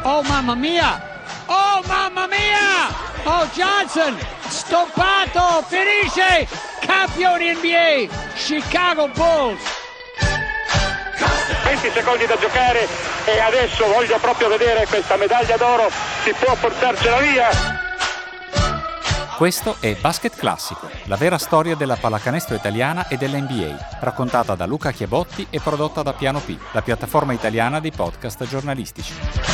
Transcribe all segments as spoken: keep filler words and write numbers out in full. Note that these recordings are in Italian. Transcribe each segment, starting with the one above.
Oh mamma mia! Oh mamma mia! Oh Johnson! Stoppato! Finisce! Campioni N B A! Chicago Bulls! venti secondi da giocare e adesso voglio proprio vedere questa medaglia d'oro, si può portarsela via. Questo è Basket Classico, la vera storia della pallacanestro italiana e dell'N B A, raccontata da Luca Chiabotti e prodotta da Piano P, la piattaforma italiana dei podcast giornalistici.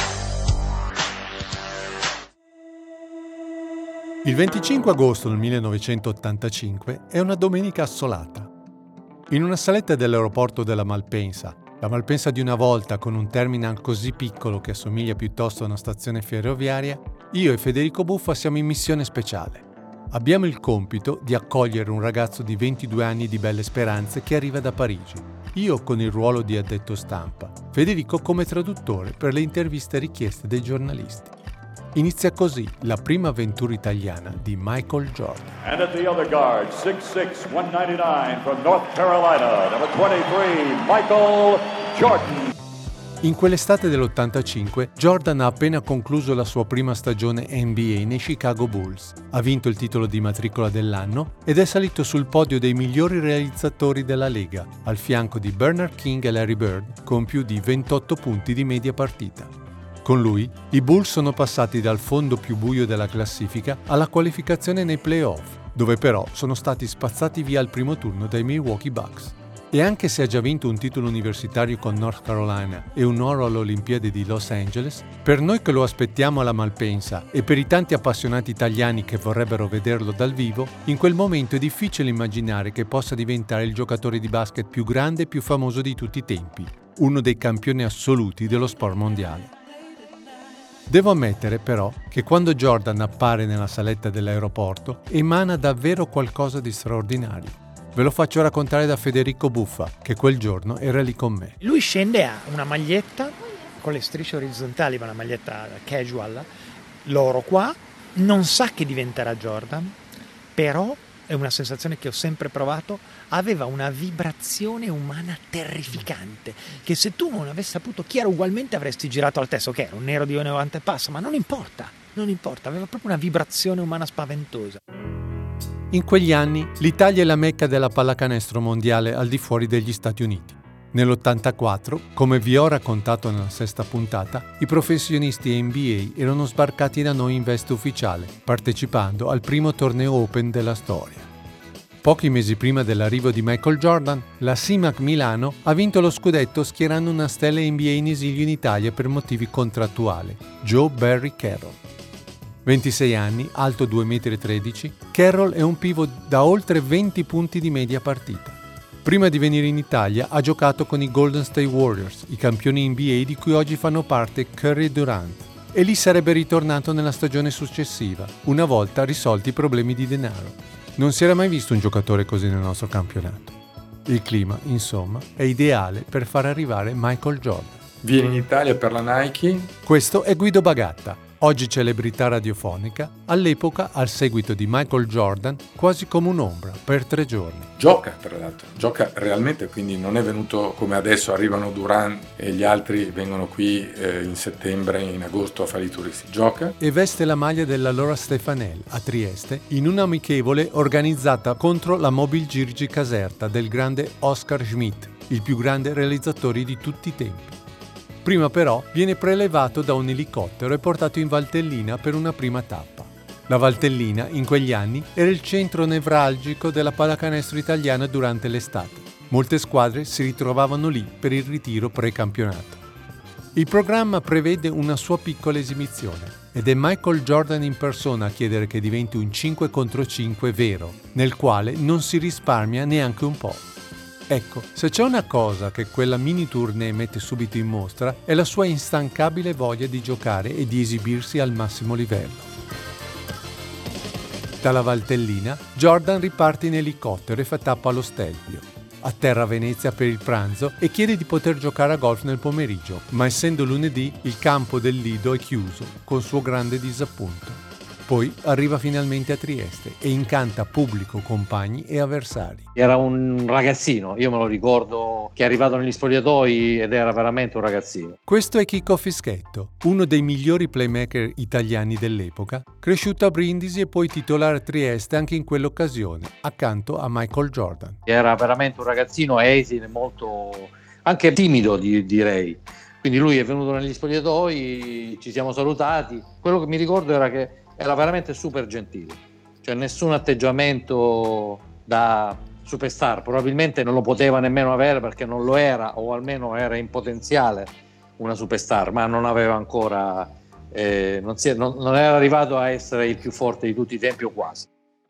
Il venticinque agosto del millenovecentottantacinque è una domenica assolata. In una saletta dell'aeroporto della Malpensa, la Malpensa di una volta con un terminal così piccolo che assomiglia piuttosto a una stazione ferroviaria, io e Federico Buffa siamo in missione speciale. Abbiamo il compito di accogliere un ragazzo di ventidue anni di belle speranze che arriva da Parigi. Io con il ruolo di addetto stampa, Federico come traduttore per le interviste richieste dai giornalisti. Inizia così la prima avventura italiana di Michael Jordan. And at the other guard, six six, one ninety-nine from North Carolina, number twenty-three, Michael Jordan. In quell'estate dell'ottantacinque, Jordan ha appena concluso la sua prima stagione N B A nei Chicago Bulls, ha vinto il titolo di matricola dell'anno ed è salito sul podio dei migliori realizzatori della Lega, al fianco di Bernard King e Larry Bird, con più di ventotto punti di media partita. Con lui, i Bulls sono passati dal fondo più buio della classifica alla qualificazione nei playoff, dove però sono stati spazzati via al primo turno dai Milwaukee Bucks. E anche se ha già vinto un titolo universitario con North Carolina e un oro alle Olimpiadi di Los Angeles, per noi che lo aspettiamo alla Malpensa e per i tanti appassionati italiani che vorrebbero vederlo dal vivo, in quel momento è difficile immaginare che possa diventare il giocatore di basket più grande e più famoso di tutti i tempi, uno dei campioni assoluti dello sport mondiale. Devo ammettere però che quando Jordan appare nella saletta dell'aeroporto emana davvero qualcosa di straordinario. Ve lo faccio raccontare da Federico Buffa, che quel giorno era lì con me. Lui scende a una maglietta con le strisce orizzontali, ma una maglietta casual, l'oro qua, non sa che diventerà Jordan, però è una sensazione che ho sempre provato, aveva una vibrazione umana terrificante, che se tu non avessi saputo chi era ugualmente avresti girato al testo, che era un nero di novanta e passa, ma non importa, non importa, aveva proprio una vibrazione umana spaventosa. In quegli anni l'Italia è la mecca della pallacanestro mondiale al di fuori degli Stati Uniti. Nell'ottantaquattro, come vi ho raccontato nella sesta puntata, i professionisti N B A erano sbarcati da noi in veste ufficiale, partecipando al primo torneo Open della storia. Pochi mesi prima dell'arrivo di Michael Jordan, la SIMAC Milano ha vinto lo scudetto schierando una stella N B A in esilio in Italia per motivi contrattuali, Joe Barry Carroll. ventisei anni, alto due virgola tredici metri, Carroll è un pivot da oltre venti punti di media partita. Prima di venire in Italia ha giocato con i Golden State Warriors, i campioni N B A di cui oggi fanno parte Curry e Durant, e lì sarebbe ritornato nella stagione successiva, una volta risolti i problemi di denaro. Non si era mai visto un giocatore così nel nostro campionato. Il clima, insomma, è ideale per far arrivare Michael Jordan. Vieni in Italia per la Nike. Questo è Guido Bagatta, oggi celebrità radiofonica, all'epoca al seguito di Michael Jordan quasi come un'ombra per tre giorni. Gioca, tra l'altro, gioca realmente, quindi non è venuto come adesso arrivano Durant e gli altri vengono qui eh, in settembre, in agosto a fare i turisti. Gioca. E veste la maglia dell'allora Stefanel a Trieste in un'amichevole organizzata contro la Mobil Girgi Caserta del grande Oscar Schmidt, il più grande realizzatore di tutti i tempi. Prima però viene prelevato da un elicottero e portato in Valtellina per una prima tappa. La Valtellina, in quegli anni, era il centro nevralgico della pallacanestro italiana durante l'estate. Molte squadre si ritrovavano lì per il ritiro pre-campionato. Il programma prevede una sua piccola esibizione ed è Michael Jordan in persona a chiedere che diventi un cinque contro cinque vero, nel quale non si risparmia neanche un po'. Ecco, se c'è una cosa che quella mini tournée mette subito in mostra è la sua instancabile voglia di giocare e di esibirsi al massimo livello. Dalla Valtellina, Jordan riparte in elicottero e fa tappa allo Stelvio. Atterra a Venezia per il pranzo e chiede di poter giocare a golf nel pomeriggio, ma essendo lunedì il campo del Lido è chiuso, col suo grande disappunto. Poi arriva finalmente a Trieste e incanta pubblico, compagni e avversari. Era un ragazzino, io me lo ricordo che è arrivato negli spogliatoi ed era veramente un ragazzino. Questo è Chicco Fischetto, uno dei migliori playmaker italiani dell'epoca, cresciuto a Brindisi e poi titolare a Trieste anche in quell'occasione, accanto a Michael Jordan. Era veramente un ragazzino esile, molto anche timido direi. Quindi lui è venuto negli spogliatoi, ci siamo salutati. Quello che mi ricordo era che era veramente super gentile, cioè nessun atteggiamento da superstar, probabilmente non lo poteva nemmeno avere perché non lo era, o almeno era in potenziale una superstar, ma non aveva ancora, eh, non, si è, non, non era arrivato a essere il più forte di tutti i tempi o quasi.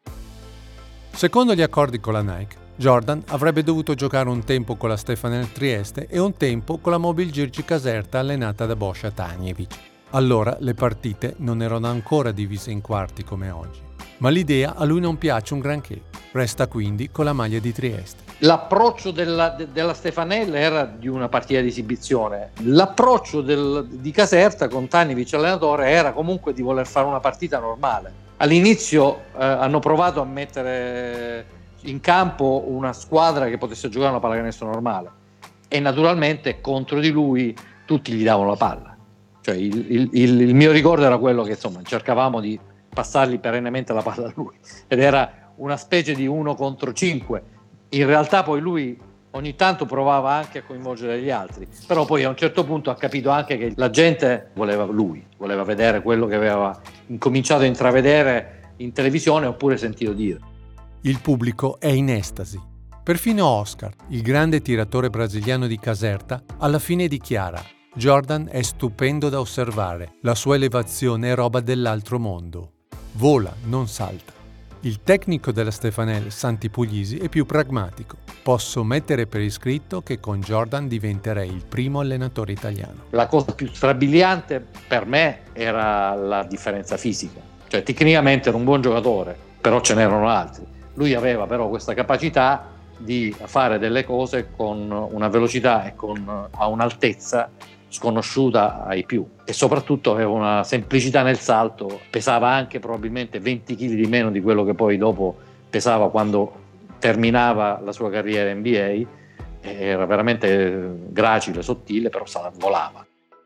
Secondo gli accordi con la Nike, Jordan avrebbe dovuto giocare un tempo con la Stefanel Trieste e un tempo con la Mobil Girci Caserta allenata da Boscha Tanjevic. Allora le partite non erano ancora divise in quarti come oggi, ma l'idea a lui non piace un granché, resta quindi con la maglia di Trieste. L'approccio della, de, della Stefanel era di una partita di esibizione, l'approccio del, di Caserta con Tanjevic allenatore era comunque di voler fare una partita normale. All'inizio eh, hanno provato a mettere in campo una squadra che potesse giocare una pallacanestro normale e naturalmente contro di lui tutti gli davano la palla. Cioè il, il, il, il mio ricordo era quello che insomma cercavamo di passargli perennemente la palla a lui ed era una specie di uno contro cinque. In realtà poi lui ogni tanto provava anche a coinvolgere gli altri, però poi a un certo punto ha capito anche che la gente voleva lui, voleva vedere quello che aveva incominciato a intravedere in televisione oppure sentito dire. Il pubblico è in estasi. Perfino Oscar, il grande tiratore brasiliano di Caserta, alla fine dichiara: Jordan è stupendo da osservare, la sua elevazione è roba dell'altro mondo. Vola, non salta. Il tecnico della Stefanel, Santi Puglisi, è più pragmatico. Posso mettere per iscritto che con Jordan diventerei il primo allenatore italiano. La cosa più strabiliante per me era la differenza fisica. Cioè tecnicamente era un buon giocatore, però ce n'erano altri. Lui aveva però questa capacità di fare delle cose con una velocità e con a un'altezza sconosciuta ai più e soprattutto aveva una semplicità nel salto, pesava anche probabilmente venti chili di meno di quello che poi dopo pesava quando terminava la sua carriera N B A, era veramente gracile, sottile, però volava.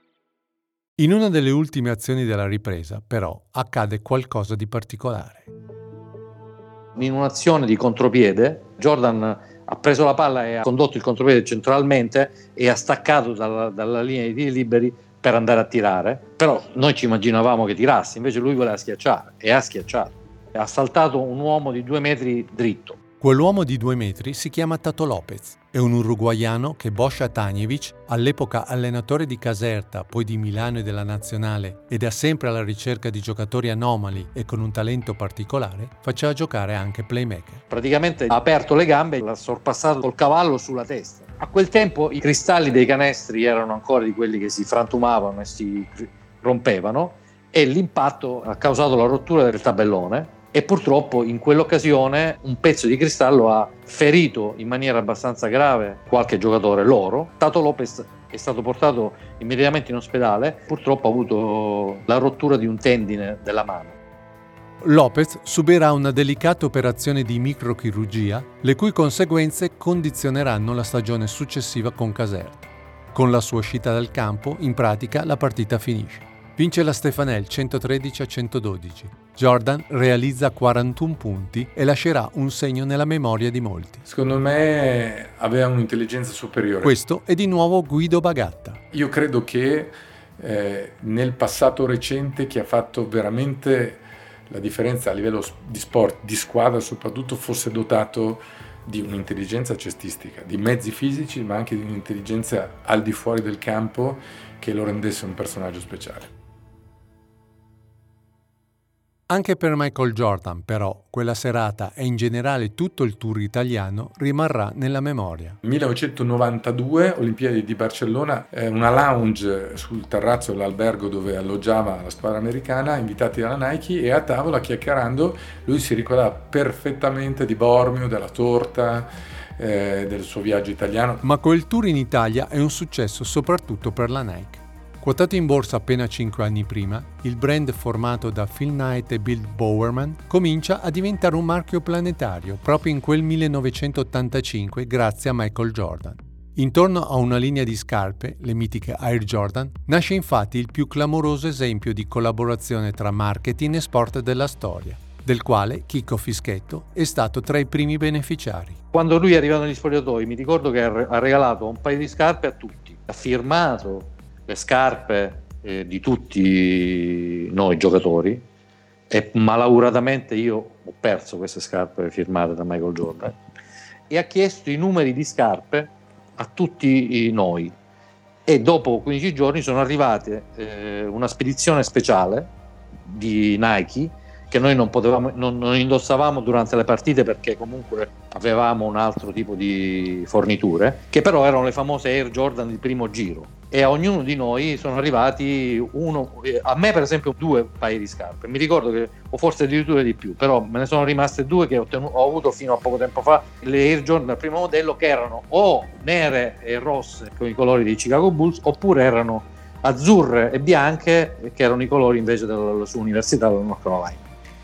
In una delle ultime azioni della ripresa, però, accade qualcosa di particolare. In un'azione di contropiede, Jordan ha preso la palla e ha condotto il contropiede centralmente e ha staccato dalla, dalla linea di tiri liberi per andare a tirare, però noi ci immaginavamo che tirasse, invece lui voleva schiacciare e ha schiacciato. Ha saltato un uomo di due metri dritto. Quell'uomo di due metri si chiama Tato Lopez, è un uruguaiano che Boscha Tanjevic, all'epoca allenatore di Caserta, poi di Milano e della Nazionale, ed è sempre alla ricerca di giocatori anomali e con un talento particolare, faceva giocare anche playmaker. Praticamente ha aperto le gambe e l'ha sorpassato col cavallo sulla testa. A quel tempo i cristalli dei canestri erano ancora di quelli che si frantumavano e si rompevano e l'impatto ha causato la rottura del tabellone. E purtroppo in quell'occasione un pezzo di cristallo ha ferito in maniera abbastanza grave qualche giocatore loro. Tato Lopez è stato portato immediatamente in ospedale, purtroppo ha avuto la rottura di un tendine della mano. Lopez subirà una delicata operazione di microchirurgia, le cui conseguenze condizioneranno la stagione successiva con Caserta. Con la sua uscita dal campo, in pratica, la partita finisce. Vince la Stefanel centotredici a centododici. Jordan realizza quarantuno punti e lascerà un segno nella memoria di molti. Secondo me aveva un'intelligenza superiore. Questo è di nuovo Guido Bagatta. Io credo che eh, nel passato recente chi ha fatto veramente la differenza a livello di sport, di squadra soprattutto, fosse dotato di un'intelligenza cestistica, di mezzi fisici, ma anche di un'intelligenza al di fuori del campo che lo rendesse un personaggio speciale. Anche per Michael Jordan, però, quella serata e in generale tutto il tour italiano rimarrà nella memoria. millenovecentonovantadue, Olimpiadi di Barcellona, eh, una lounge sul terrazzo dell'albergo dove alloggiava la squadra americana, invitati dalla Nike, e a tavola chiacchierando lui si ricordava perfettamente di Bormio, della torta, eh, del suo viaggio italiano. Ma quel tour in Italia è un successo soprattutto per la Nike. Quotato in borsa appena cinque anni prima, il brand formato da Phil Knight e Bill Bowerman comincia a diventare un marchio planetario proprio in quel millenovecentottantacinque grazie a Michael Jordan. Intorno a una linea di scarpe, le mitiche Air Jordan, nasce infatti il più clamoroso esempio di collaborazione tra marketing e sport della storia, del quale Chicco Fischetto è stato tra i primi beneficiari. Quando lui è arrivato negli spogliatoi, mi ricordo che ha regalato un paio di scarpe a tutti, ha firmato le scarpe eh, di tutti noi giocatori e malauguratamente io ho perso queste scarpe firmate da Michael Jordan e ha chiesto i numeri di scarpe a tutti noi e dopo quindici giorni sono arrivate eh, una spedizione speciale di Nike che noi non potevamo non, non indossavamo durante le partite perché comunque avevamo un altro tipo di forniture, che però erano le famose Air Jordan di primo giro, e a ognuno di noi sono arrivati uno, a me per esempio due paia di scarpe, mi ricordo che, o forse addirittura di più, però me ne sono rimaste due che ho, tenuto, ho avuto fino a poco tempo fa, le Air Jordan del primo modello, che erano o nere e rosse con i colori dei Chicago Bulls oppure erano azzurre e bianche che erano i colori invece della sua università, della North Carolina.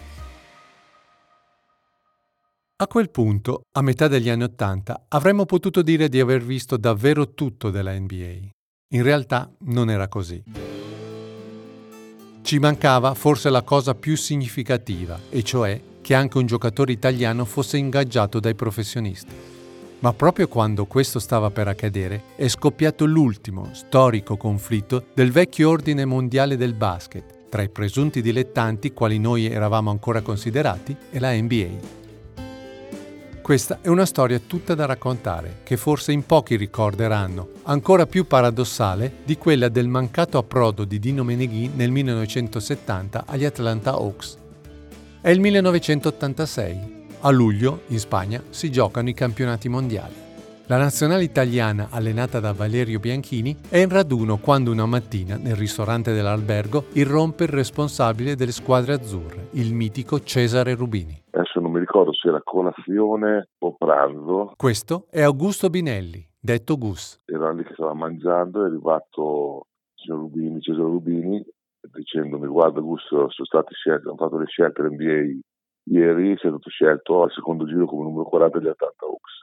A quel punto, a metà degli anni Ottanta, avremmo potuto dire di aver visto davvero tutto della N B A. In realtà non era così. Ci mancava forse la cosa più significativa, e cioè che anche un giocatore italiano fosse ingaggiato dai professionisti. Ma proprio quando questo stava per accadere, è scoppiato l'ultimo storico conflitto del vecchio ordine mondiale del basket, tra i presunti dilettanti, quali noi eravamo ancora considerati, e la N B A. Questa è una storia tutta da raccontare, che forse in pochi ricorderanno, ancora più paradossale di quella del mancato approdo di Dino Meneghin nel millenovecentosettanta agli Atlanta Hawks. È il millenovecentottantasei. A luglio, in Spagna, si giocano i campionati mondiali. La nazionale italiana, allenata da Valerio Bianchini, è in raduno quando una mattina, nel ristorante dell'albergo, irrompe il responsabile delle squadre azzurre, il mitico Cesare Rubini. Adesso non mi ricordo se era colazione o pranzo. Questo è Augusto Binelli, detto Gus. Era lì che stava mangiando, è arrivato il signor Rubini, Cesare Rubini, dicendomi: guarda Gus, sono stati scelti, hanno fatto le scelte dell'N B A ieri, sei stato scelto al secondo giro come numero quaranta degli Atlanta Hawks.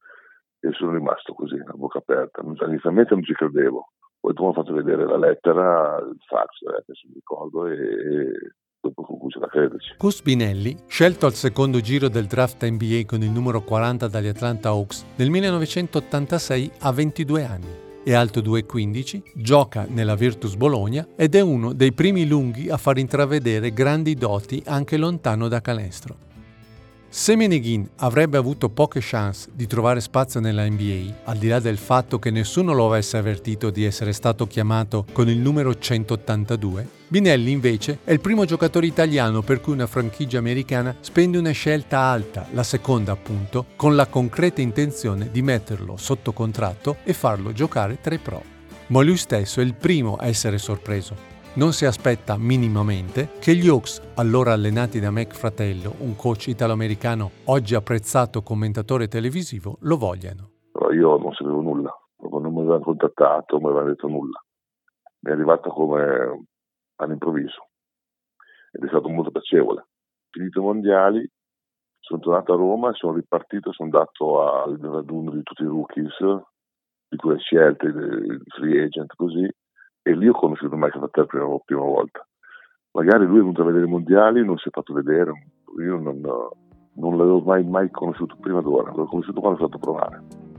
E sono rimasto così, a bocca aperta. Inizialmente non ci credevo, poi tu mi hai fatto vedere la lettera, il fax, eh, adesso mi ricordo, e, e dopo fu cominciato a crederci. Gus Binelli, scelto al secondo giro del draft N B A con il numero quaranta dagli Atlanta Hawks, nel millenovecentottantasei ha ventidue anni. È alto due virgola quindici, gioca nella Virtus Bologna ed è uno dei primi lunghi a far intravedere grandi doti anche lontano da canestro. Se Meneghin avrebbe avuto poche chance di trovare spazio nella N B A, al di là del fatto che nessuno lo avesse avvertito di essere stato chiamato con il numero centottantadue, Binelli invece è il primo giocatore italiano per cui una franchigia americana spende una scelta alta, la seconda appunto, con la concreta intenzione di metterlo sotto contratto e farlo giocare tra i pro. Ma lui stesso è il primo a essere sorpreso. Non si aspetta minimamente che gli Hawks, allora allenati da Mac Fratello, un coach italo-americano oggi apprezzato commentatore televisivo, lo vogliano. Però io non sapevo nulla, non mi avevano contattato, non mi avevano detto nulla. Mi è arrivato come all'improvviso ed è stato molto piacevole. Finito i mondiali, sono tornato a Roma, sono ripartito, sono andato al raduno di tutti i rookies, di quelle scelte, dei free agent, così. E lì ho conosciuto Michael Fratello per la prima volta. Magari lui è venuto a vedere i mondiali, non si è fatto vedere, io non, non l'avevo mai, mai conosciuto prima d'ora, l'ho conosciuto quando l'ho fatto provare.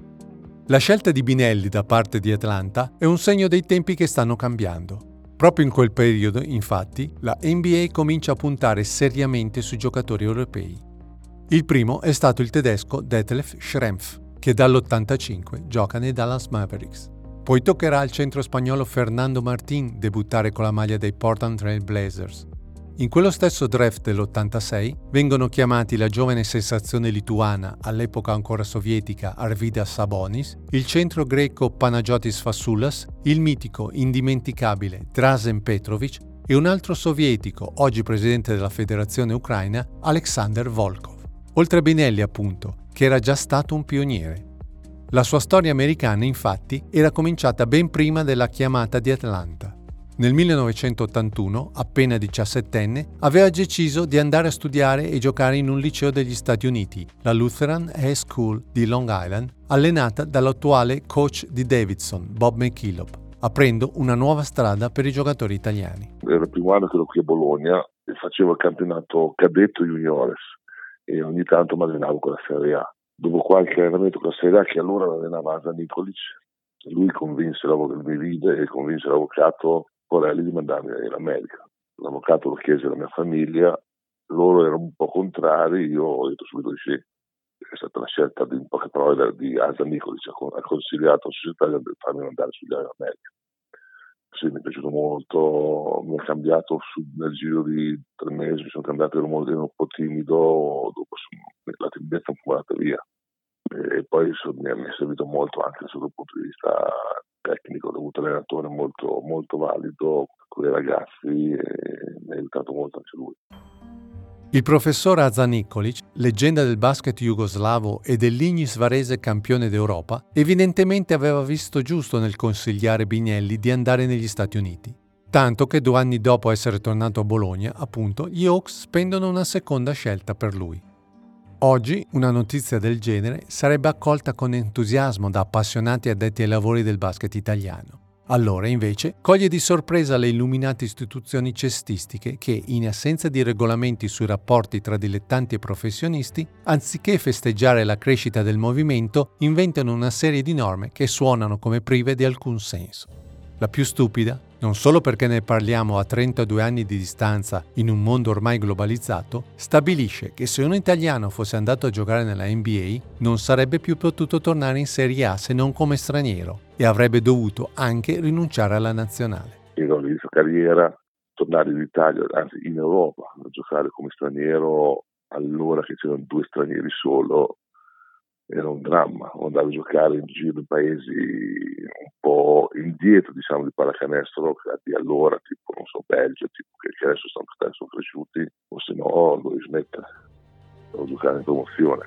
La scelta di Binelli da parte di Atlanta è un segno dei tempi che stanno cambiando. Proprio in quel periodo, infatti, la N B A comincia a puntare seriamente sui giocatori europei. Il primo è stato il tedesco Detlef Schrempf, che dall'ottantacinque gioca nei Dallas Mavericks. Poi toccherà al centro spagnolo Fernando Martín debuttare con la maglia dei Portland Trail Blazers. In quello stesso draft dell'ottantasei vengono chiamati la giovane sensazione lituana, all'epoca ancora sovietica, Arvydas Sabonis, il centro greco Panagiotis Fasoulas, il mitico, indimenticabile Dražen Petrovic e un altro sovietico, oggi presidente della federazione ucraina, Alexander Volkov. Oltre a Binelli, appunto, che era già stato un pioniere. La sua storia americana, infatti, era cominciata ben prima della chiamata di Atlanta. Nel millenovecentottantuno, appena diciassettenne, aveva deciso di andare a studiare e giocare in un liceo degli Stati Uniti, la Lutheran High School di Long Island, allenata dall'attuale coach di Davidson, Bob McKillop, aprendo una nuova strada per i giocatori italiani. Era il primo anno che ero qui a Bologna e facevo il campionato cadetto juniores e ogni tanto mi allenavo con la Serie A. Dopo qualche allenamento con la Serie A, che allora allenava Asa Nikolic, lui convinse l'avvocato, mi vide e convinse l'avvocato Porelli di mandarmi in America. L'avvocato lo chiese alla mia famiglia, loro erano un po' contrari, io ho detto subito di sì. È stata la scelta di, in poche parole, di Asa Nikolic, ha consigliato alla società di farmi andare a studiare in America. Sì, mi è piaciuto molto, mi ha cambiato su, nel giro di tre mesi, mi sono cambiato, ero, molto, ero un po' timido, dopo la timidezza è un po' andata via. E poi mi è servito molto anche sotto il punto di vista tecnico, ho avuto un allenatore molto, molto valido con i ragazzi e mi ha aiutato molto anche lui. Il professor Asa Nikolic, leggenda del basket jugoslavo e dell'Ignis Varese campione d'Europa, evidentemente aveva visto giusto nel consigliare Binelli di andare negli Stati Uniti. Tanto che due anni dopo essere tornato a Bologna, appunto, gli Hawks spendono una seconda scelta per lui. Oggi una notizia del genere sarebbe accolta con entusiasmo da appassionati addetti ai lavori del basket italiano. Allora, invece, coglie di sorpresa le illuminate istituzioni cestistiche che, in assenza di regolamenti sui rapporti tra dilettanti e professionisti, anziché festeggiare la crescita del movimento, inventano una serie di norme che suonano come prive di alcun senso. La più stupida, non solo perché ne parliamo a trentadue anni di distanza in un mondo ormai globalizzato, stabilisce che se un italiano fosse andato a giocare nella N B A non sarebbe più potuto tornare in Serie A se non come straniero e avrebbe dovuto anche rinunciare alla nazionale. Io all'inizio carriera, tornare in Italia, anzi in Europa, a giocare come straniero allora che c'erano due stranieri solo, era un dramma. Andare a giocare in giro in paesi un po' indietro, diciamo, di pallacanestro di allora, tipo, non so, Belgio, tipo, che, che adesso sono, sono cresciuti, o se no dovevi smettere, devo giocare in promozione.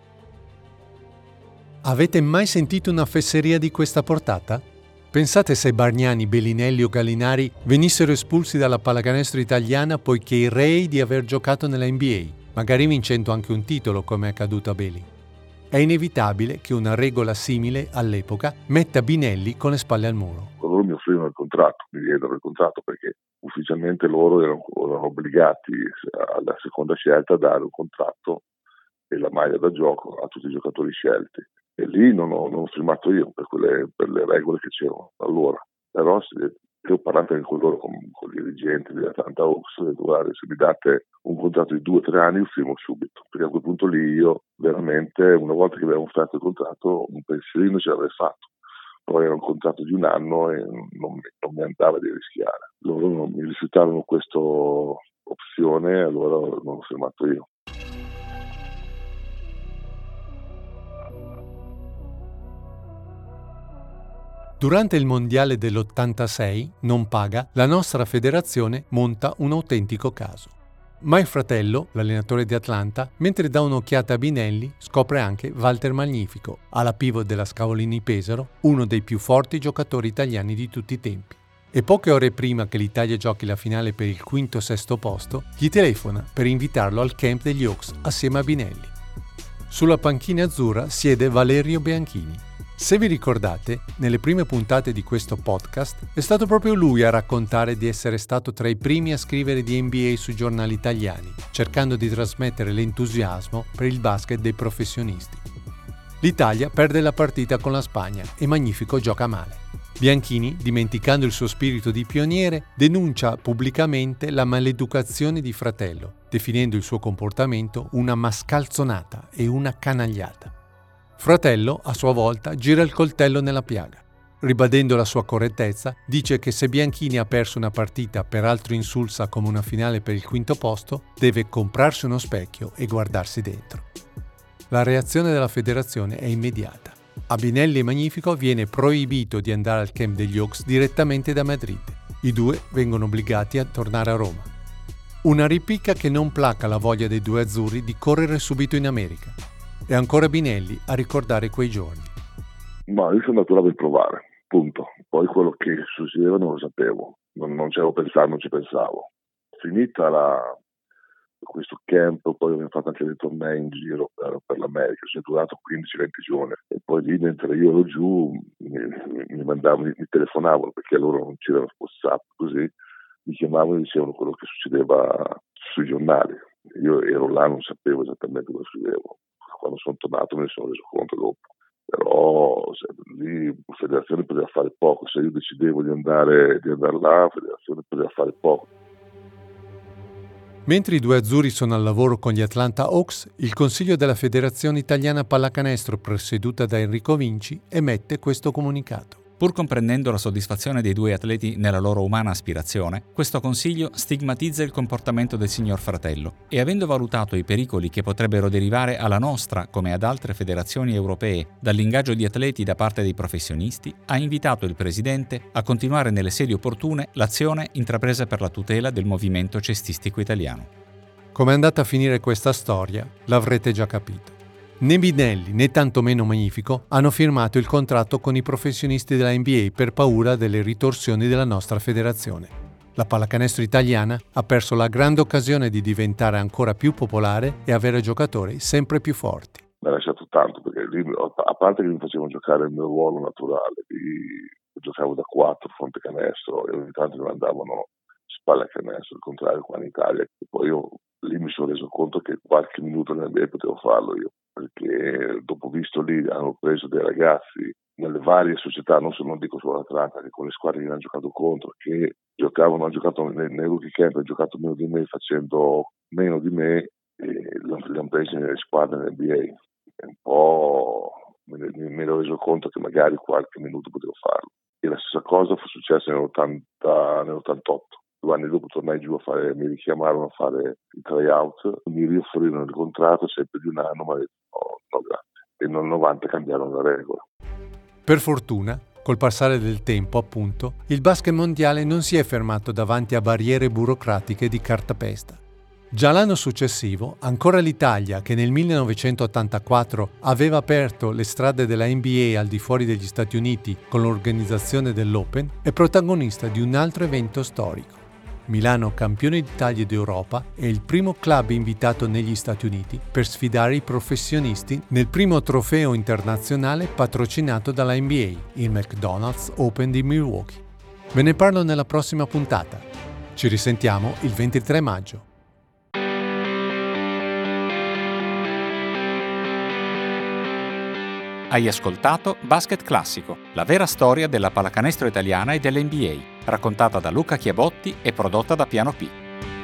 Avete mai sentito una fesseria di questa portata? Pensate se Bargnani, Bellinelli o Gallinari venissero espulsi dalla pallacanestro italiana poiché rei di aver giocato nella N B A, magari vincendo anche un titolo come è accaduto a Beli. È inevitabile che una regola simile, all'epoca, metta Binelli con le spalle al muro. Loro mi offrivano il contratto, mi diedero il contratto perché ufficialmente loro erano, erano obbligati alla seconda scelta a dare un contratto e la maglia da gioco a tutti i giocatori scelti. E lì non ho, non ho firmato io per, quelle, per le regole che c'erano allora. Però se, io ho parlato anche con loro, con, con i dirigenti di Atlanta Hawks, ho detto guarda, se mi date un contratto di due o tre anni io firmo subito, perché a quel punto lì io veramente, una volta che avevamo fatto il contratto, un pensierino ce l'avrei fatto. Poi era un contratto di un anno e non, non mi andava di rischiare. Loro non, mi rifiutarono questa opzione e allora non l'ho firmato io. Durante il mondiale dell'ottantasei, non paga, la nostra federazione monta un autentico caso. Ma il fratello, l'allenatore di Atlanta, mentre dà un'occhiata a Binelli, scopre anche Walter Magnifico, alla pivot della Scavolini Pesaro, uno dei più forti giocatori italiani di tutti i tempi. E poche ore prima che l'Italia giochi la finale per il quinto o sesto posto, gli telefona per invitarlo al camp degli Hawks assieme a Binelli. Sulla panchina azzurra siede Valerio Bianchini. Se vi ricordate, nelle prime puntate di questo podcast è stato proprio lui a raccontare di essere stato tra i primi a scrivere di N B A sui giornali italiani, cercando di trasmettere l'entusiasmo per il basket dei professionisti. L'Italia perde la partita con la Spagna e Magnifico gioca male. Bianchini, dimenticando il suo spirito di pioniere, denuncia pubblicamente la maleducazione di fratello, definendo il suo comportamento una mascalzonata e una canagliata. Fratello, a sua volta, gira il coltello nella piaga. Ribadendo la sua correttezza, dice che se Bianchini ha perso una partita peraltro insulsa come una finale per il quinto posto, deve comprarsi uno specchio e guardarsi dentro. La reazione della federazione è immediata. A Binelli e Magnifico viene proibito di andare al camp degli Hawks direttamente da Madrid. I due vengono obbligati a tornare a Roma. Una ripicca che non placa la voglia dei due azzurri di correre subito in America. È ancora Binelli a ricordare quei giorni. Ma io sono andato là per provare, punto. Poi quello che succedeva non lo sapevo. non, non ci avevo pensato, non ci pensavo. Finita la, questo camp, poi abbiamo fatto anche dei tornei in giro per, per l'America, ci è durato quindici venti giorni, e poi lì mentre io ero giù mi, mi, mi mandavano, mi telefonavano, perché loro non c'erano WhatsApp, così mi chiamavano e dicevano quello che succedeva sui giornali. Io ero là, non sapevo esattamente cosa scrivevo. Quando sono tornato me ne sono reso conto dopo. Però se, lì la federazione poteva fare poco. Se io decidevo di andare, di andare là, la federazione poteva fare poco. Mentre i due azzurri sono al lavoro con gli Atlanta Hawks, il Consiglio della Federazione Italiana Pallacanestro, presieduta da Enrico Vinci, emette questo comunicato. Pur comprendendo la soddisfazione dei due atleti nella loro umana aspirazione, questo consiglio stigmatizza il comportamento del signor fratello e, avendo valutato i pericoli che potrebbero derivare alla nostra, come ad altre federazioni europee, dall'ingaggio di atleti da parte dei professionisti, ha invitato il Presidente a continuare nelle sedi opportune l'azione intrapresa per la tutela del movimento cestistico italiano. Come è andata a finire questa storia, l'avrete già capito. Né Binelli né tantomeno Magnifico hanno firmato il contratto con i professionisti della N B A per paura delle ritorsioni della nostra federazione. La pallacanestro italiana ha perso la grande occasione di diventare ancora più popolare e avere giocatori sempre più forti. Mi ha lasciato tanto, perché lì, a parte che mi facevano giocare il mio ruolo naturale, lì giocavo da quattro fronte canestro e ogni tanto mi mandavano spalle a canestro, il contrario qua in Italia. E poi io lì mi sono reso conto che qualche minuto nella N B A potevo farlo io, perché dopo visto lì hanno preso dei ragazzi nelle varie società, non, so, non dico solo l'Atlanta, che con le squadre che hanno giocato contro, che giocavano, hanno giocato nei, nei rookie camp, hanno giocato meno di me facendo meno di me, e li hanno presi nelle squadre nell'N B A. E un po' mi, mi, mi ero reso conto che magari qualche minuto potevo farlo. E la stessa cosa fu successa nell'ottanta, nell'ottantotto. Due anni dopo tornai giù a fare, mi richiamarono a fare il tryout, mi riоffrirono il contratto sempre di un anno, ma ho detto no, no grazie. E nel novanta cambiarono la regola. Per fortuna, col passare del tempo, appunto, il basket mondiale non si è fermato davanti a barriere burocratiche di cartapesta. Già l'anno successivo, ancora l'Italia, che nel millenovecentottantaquattro aveva aperto le strade della N B A al di fuori degli Stati Uniti con l'organizzazione dell'Open, è protagonista di un altro evento storico. Milano, campione d'Italia e d'Europa, è il primo club invitato negli Stati Uniti per sfidare i professionisti nel primo trofeo internazionale patrocinato dalla N B A, il McDonald's Open di Milwaukee. Ve ne parlo nella prossima puntata. Ci risentiamo il ventitré maggio. Hai ascoltato Basket Classico, la vera storia della pallacanestro italiana e dell'N B A, raccontata da Luca Chiabotti e prodotta da Piano P.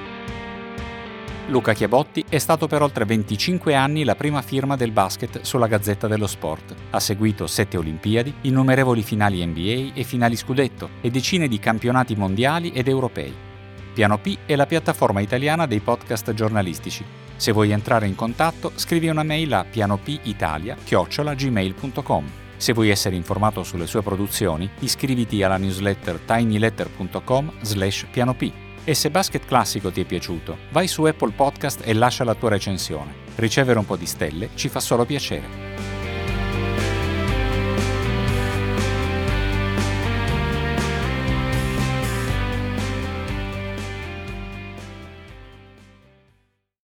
Luca Chiabotti è stato per oltre venticinque anni la prima firma del basket sulla Gazzetta dello Sport. Ha seguito sette Olimpiadi, innumerevoli finali N B A e finali scudetto e decine di campionati mondiali ed europei. Piano P è la piattaforma italiana dei podcast giornalistici. Se vuoi entrare in contatto, scrivi una mail a pianopitalia chiocciola gmail punto com. Se vuoi essere informato sulle sue produzioni, iscriviti alla newsletter tinyletter punto com slash pianop. E se Basket Classico ti è piaciuto, vai su Apple Podcast e lascia la tua recensione. Ricevere un po' di stelle ci fa solo piacere.